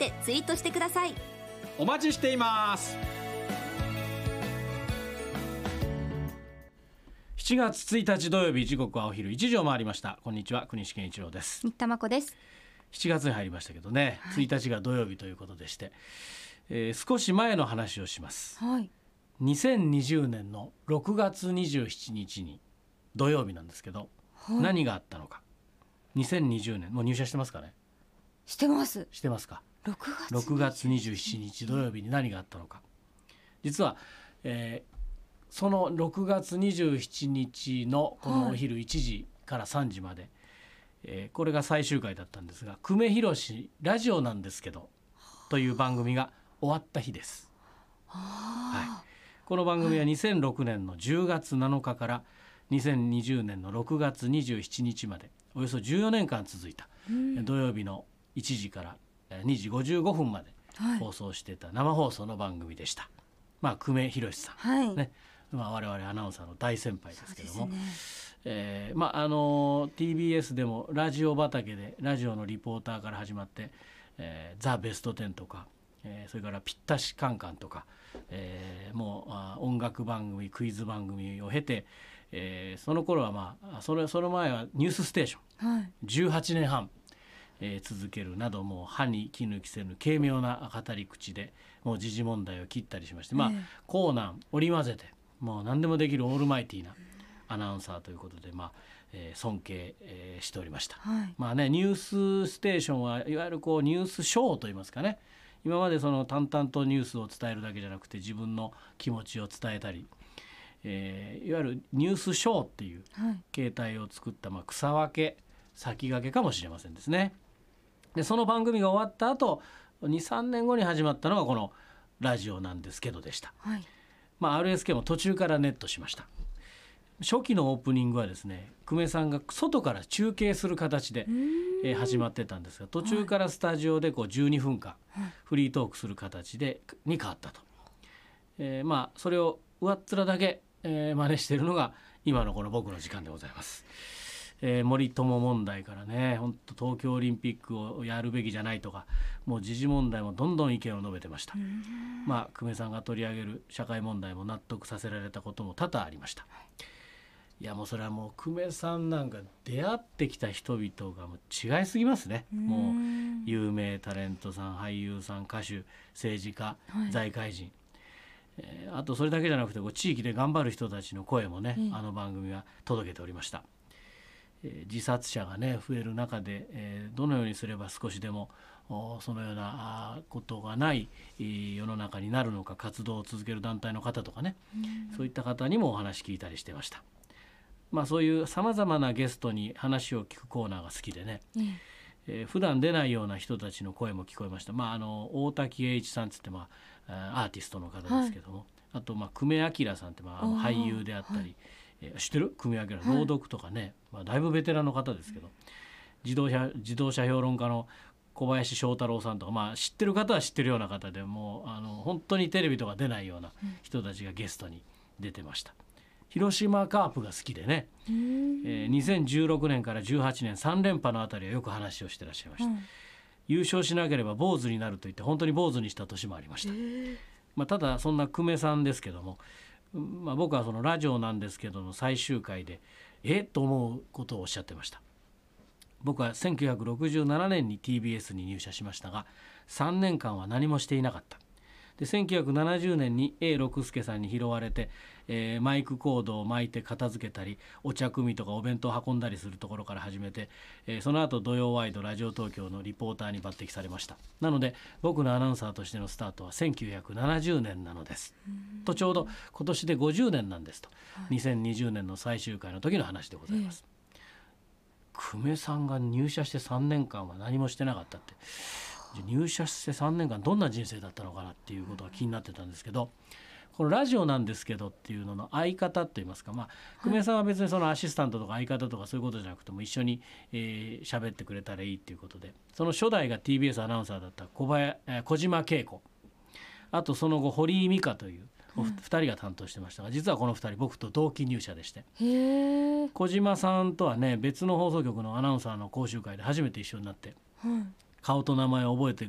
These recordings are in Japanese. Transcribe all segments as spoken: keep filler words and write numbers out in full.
ってツイートしてください。 お待ちしています。しちがつついたち土曜日、時刻はお昼いちじを回りました。こんにちは、国士健一郎です。 新田真子です。 しちがつに入りましたけどね、はい、ついたちが土曜日ということでして、えー、少し前の話をします、 はい、 にせんにじゅうねんのろくがつにじゅうしちにちに土曜日なんですけど、はい、何があったのか。にせんにじゅうねんもう入社してますかね。 してますしてますか。 ろくがつろくがつにじゅうしちにち土曜日に何があったのか。実は、えー、そのろくがつにじゅうしちにちのこのお昼いちじからさんじまで、はい、えー、これが最終回だったんですが、久米宏ラジオなんですけどという番組が終わった日です。はい、この番組はにせんろくねんのじゅうがつなのかからにせんにじゅうねんのろくがつにじゅうしちにちまでおよそじゅうよねんかん続いた、うん、土曜日のいちじからにじごじゅうごふんまで放送していた生放送の番組でした。まあ、久米宏さん、 はいね、まあ、我々アナウンサーの大先輩ですけども、 ねえーまああの ティービーエス でもラジオ畑でラジオのリポーターから始まって、えー、ザ・ベストテンとか、えー、それからぴったしカンカンとか、えー、もうあ音楽番組クイズ番組を経て、えー、その頃はまあそれその前はニュースステーション、はい、じゅうはちねんはん、えー、続けるなど、もう歯に衣着せぬ軽妙な語り口でもう時事問題を切ったりしまして、まあ、コーナー織り交ぜてもう何でもできるオールマイティーなアナウンサーということで、まあえー、尊敬、えー、しておりました。はい、まあね、ニュースステーションはいわゆるこうニュースショーといいますかね、今までその淡々とニュースを伝えるだけじゃなくて自分の気持ちを伝えたり、えー、いわゆるニュースショーっていう形態を作った、まあ、草分け先駆けかもしれませんですね。でその番組が終わった後 にさんねんごに始まったのがこのラジオなんですけどでした。はい、まあ、アールエスケー も途中からネットしました。初期のオープニングはですね、久米さんが外から中継する形で、えー、始まってたんですが、途中からスタジオでこうじゅうにふんかんフリートークする形でに変わったと、えー、まあそれを上っ面だけ、えー、真似しているのが今のこの僕の時間でございます。えー、森友問題からね、本当東京オリンピックをやるべきじゃないとか、もう時事問題もどんどん意見を述べてました。まあ久米さんが取り上げる社会問題も納得させられたことも多々ありました。いやもうそれはもう久米さんなんか出会ってきた人々がもう違いすぎますね。もう有名タレントさん、俳優さん、歌手、政治家、はい、財界人、えー、あとそれだけじゃなくてこう地域で頑張る人たちの声もね、うん、あの番組は届けておりました。えー、自殺者がね増える中で、えー、どのようにすれば少しでもそのようなことがない世の中になるのか、活動を続ける団体の方とかね、うん、そういった方にもお話聞いたりしてました。まあ、そういうさまざまなゲストに話を聞くコーナーが好きでね、うんえー、普段出ないような人たちの声も聞こえました。まあ、あの大滝栄一さんつって、まあ、アーティストの方ですけども、はい、あとまあ久米明さんって、まあ、あの俳優であったり、はいえー、知ってる久米明朗読とかね、はいまあ、だいぶベテランの方ですけど、自動車、自動車評論家の小林翔太郎さんとか、まあ、知ってる方は知ってるような方で、もうあの本当にテレビとか出ないような人たちがゲストに出てました。広島カープが好きでね、えー、にせんじゅうろくねんからじゅうはちねんさんれんぱのあたりはよく話をしてらっしゃいました。うん、優勝しなければ坊主になると言って本当に坊主にした年もありました。まあ、ただそんな久米さんですけども、まあ、僕はそのラジオなんですけどの最終回でえっと思うことをおっしゃってました。僕はせんきゅうひゃくろくじゅうななねんに ティービーエス に入社しましたが、さんねんかんは何もしていなかった。でせんきゅうひゃくななじゅうねんに 永六輔さんに拾われて、えー、マイクコードを巻いて片付けたりお茶組とかお弁当を運んだりするところから始めて、えー、その後土曜ワイドラジオ東京のリポーターに抜擢されました。なので僕のアナウンサーとしてのスタートはせんきゅうひゃくななじゅうねんなのです。とちょうど今年でごじゅうねんなんですと、はい、にせんにじゅうねんの最終回の時の話でございます。久米さんが入社してさんねんかんは何もしてなかったって、入社してさんねんかんどんな人生だったのかなっていうことが気になってたんですけど、このラジオなんですけどっていうのの相方といいますか、まあ、久米さんは別にそのアシスタントとか相方とかそういうことじゃなくても一緒にえー、喋ってくれたらいいっていうことで、その初代が ティービーエス アナウンサーだった小林、えー、小島恵子、あとその後堀井美香というふたりが担当してましたが、実はこのふたり僕と同期入社でして、 へー、 小島さんとはね別の放送局のアナウンサーの講習会で初めて一緒になって、はい、顔と名前を覚えて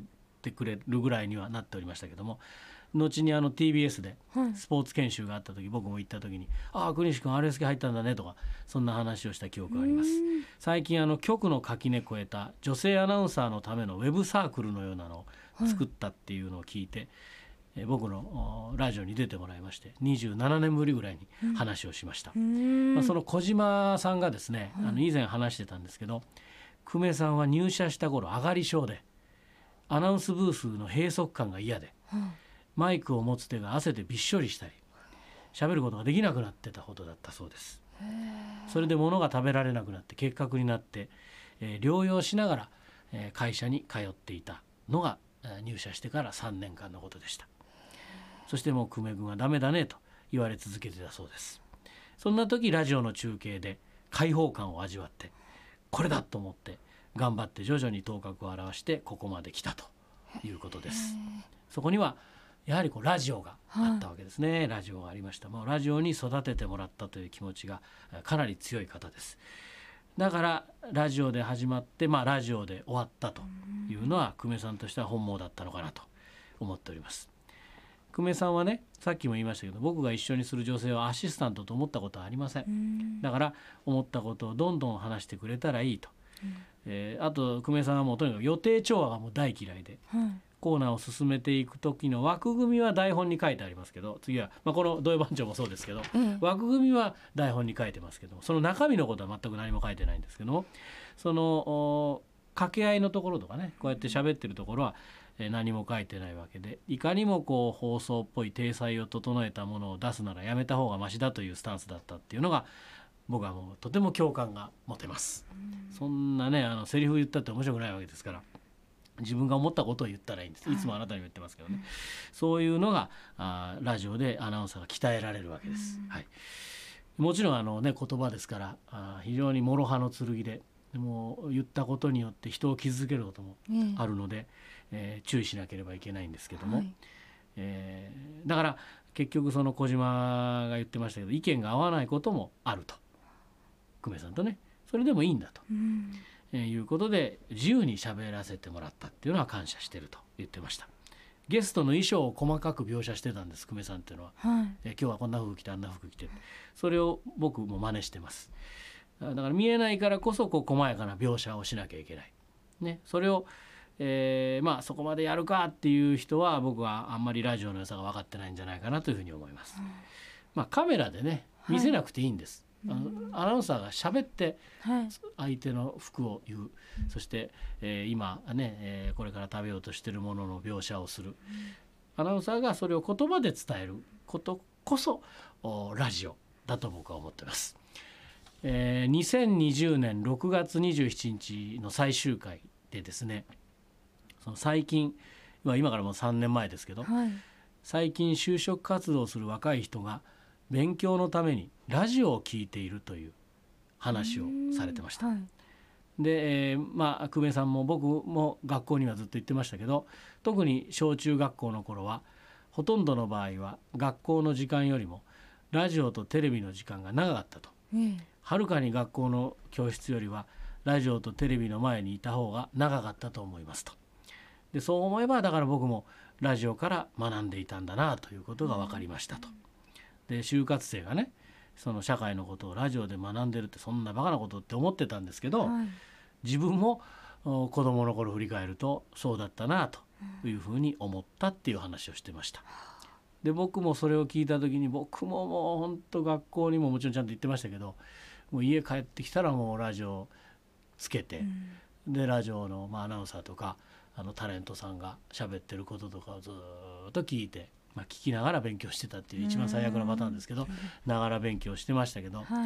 ってくれるぐらいにはなっておりましたけども、後にあの ティービーエス でスポーツ研修があった時、僕も行った時に「ああ国西君 アールエスケー 入ったんだね」とかそんな話をした記憶があります。最近あの局の垣根越えた女性アナウンサーのためのウェブサークルのようなのを作ったっていうのを聞いて、え僕のラジオに出てもらいまして、にじゅうななねんぶりぐらいに話をしました。まあ、その小島さんがですね、あの以前話してたんですけど、久米さんは入社した頃上がり症でアナウンスブースの閉塞感が嫌で、マイクを持つ手が汗でびっしょりしたり喋ることができなくなってたほどだったそうです。それで物が食べられなくなって結核になって、えー、療養しながら、えー、会社に通っていたのが、えー、入社してからさんねんかんのことでした。そしてもう久米君はダメだねと言われ続けてたそうです。そんな時ラジオの中継で開放感を味わって、これだと思って頑張って徐々に頭角を現してここまで来たということです。そこにはやはりこうラジオがあったわけですね、はい、ラジオがありました。もうラジオに育ててもらったという気持ちがかなり強い方です。だからラジオで始まって、まあ、ラジオで終わったというのは久米さんとしては本望だったのかなと思っております。久米さんはね、さっきも言いましたけど、僕が一緒にする女性をアシスタントと思ったことはありません。だから思ったことをどんどん話してくれたらいいと、えー、あと久米さんはもうとにかく予定調和がもう大嫌いで、はいコーナーを進めていく時の枠組みは台本に書いてありますけど、次は、まあ、この土曜番長もそうですけど、うん、枠組みは台本に書いてますけど、その中身のことは全く何も書いてないんですけども、その掛け合いのところとかね、こうやって喋ってるところは、えー、何も書いてないわけで、いかにもこう放送っぽい体裁を整えたものを出すならやめた方がマシだというスタンスだったっていうのが僕はもうとても共感が持てます。うん、そんなね、あのセリフ言ったって面白くないわけですから、自分が思ったことを言ったらいいんです。いつもあなたにも言ってますけどね、はい、そういうのがあラジオでアナウンサーが鍛えられるわけです。はい、もちろんあの、ね、言葉ですからあ非常に諸刃の剣で、でも言ったことによって人を傷つけることもあるので、えー、注意しなければいけないんですけども、はいえー、だから結局その小島が言ってましたけど、意見が合わないこともあると、久米さんとね、それでもいいんだと。うんえー、いうことで自由に喋らせてもらったっていうのは感謝してると言ってました。ゲストの衣装を細かく描写してたんです、久米さんっていうのは、はいえー、今日はこんな服着てあんな服着て、それを僕も真似してます。だから見えないからこそこう細やかな描写をしなきゃいけない、ね、それを、えー、まあそこまでやるかっていう人は僕はあんまりラジオの良さが分かってないんじゃないかなというふうに思います。うんまあ、カメラでね見せなくていいんです、はいあのアナウンサーが喋って相手の服を言う、はい、そして、えー、今ね、えー、これから食べようとしているものの描写をする、うん、アナウンサーがそれを言葉で伝えることこそラジオだと僕は思っています。えー、にせんにじゅうねんろくがつにじゅうしちにちの最終回でですね、その最近今からもうさんねんまえですけど、はい、最近就職活動する若い人が勉強のためにラジオを聞いているという話をされてました。はい、で、えー、まあ久米さんも僕も学校にはずっと行ってましたけど、特に小中学校の頃はほとんどの場合は学校の時間よりもラジオとテレビの時間が長かったと、うん、はるかに学校の教室よりはラジオとテレビの前にいた方が長かったと思いますと。でそう思えばだから僕もラジオから学んでいたんだなということが分かりましたと。で就活生がねその社会のことをラジオで学んでるってそんなバカなことって思ってたんですけど、はい、自分も子供の頃振り返るとそうだったなというふうに思ったっていう話をしてました。で僕もそれを聞いた時に僕ももう本当学校にももちろんちゃんと行ってましたけど、もう家帰ってきたらもうラジオつけて、うん、でラジオの、まあ、アナウンサーとかあのタレントさんが喋ってることとかをずっと聞いて、まあ、聞きながら勉強してたっていう一番最悪なパターンですけど、ながら勉強してましたけど、はい、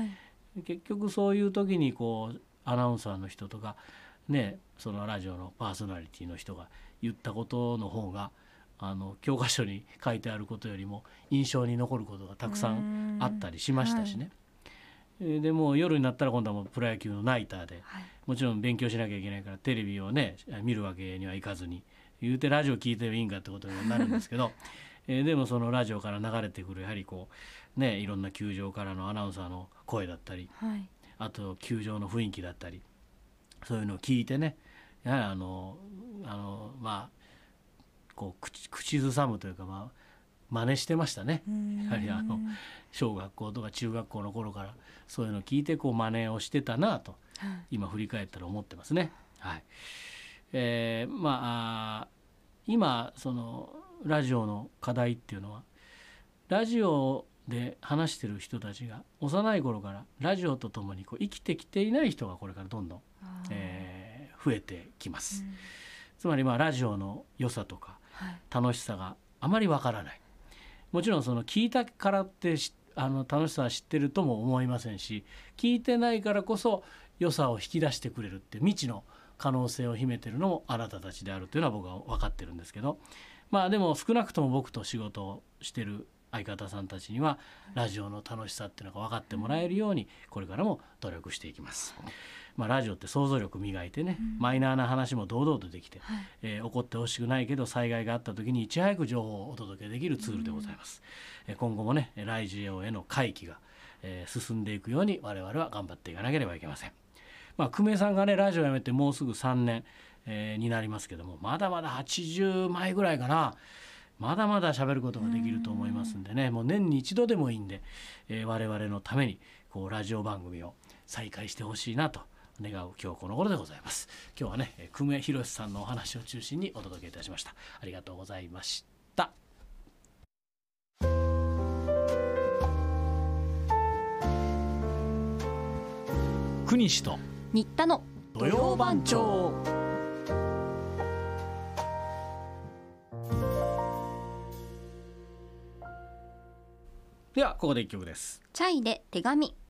結局そういう時にこうアナウンサーの人とかね、そのラジオのパーソナリティの人が言ったことの方があの教科書に書いてあることよりも印象に残ることがたくさんあったりしましたしね、はい、でもう夜になったら今度はもうプロ野球のナイターで、はい、もちろん勉強しなきゃいけないからテレビをね見るわけにはいかずに言うてラジオ聞いてもいいんかってことになるんですけどえー、でもそのラジオから流れてくるやはりこうねいろんな球場からのアナウンサーの声だったり、はい、あと球場の雰囲気だったりそういうのを聞いてね、やはりあのあのまあこう口口ずさむというか、まあ真似してましたね。やはりあの小学校とか中学校の頃からそういうのを聞いてこう真似をしてたなと、はい、今振り返ったら思ってますね。はい。えー、まあ今そのラジオの課題っていうのは、ラジオで話してる人たちが幼い頃からラジオとともにこう生きてきていない人がこれからどんどん、えー、増えてきます、うん、つまりまあラジオの良さとか楽しさがあまりわからない、もちろんその聞いたからってあの楽しさは知ってるとも思いませんし、聞いてないからこそ良さを引き出してくれるって未知の可能性を秘めてるのもあなたたちであるというのは僕は分かってるんですけど、まあでも少なくとも僕と仕事をしてる相方さんたちにはラジオの楽しさっていうのが分かってもらえるようにこれからも努力していきます。まあ、ラジオって想像力磨いてね、うん、マイナーな話も堂々とできて、はい、えー、起こってほしくないけど災害があった時にいち早く情報をお届けできるツールでございます、うん、えー、今後もねラジオへの回帰が、えー、進んでいくように我々は頑張っていかなければいけません。まあ、久米さんがねラジオをやめてもうすぐさんねん、えー、になりますけども、まだまだはちじゅうまいぐらいかな、まだまだ喋ることができると思いますんでね、もう年に一度でもいいんで、えー、我々のためにこうラジオ番組を再開してほしいなと願う今日この頃でございます。今日はね久米宏さんのお話を中心にお届けいたしました。ありがとうございました。国西と新田の土曜番長。ではここで一曲です。 チャイで手紙。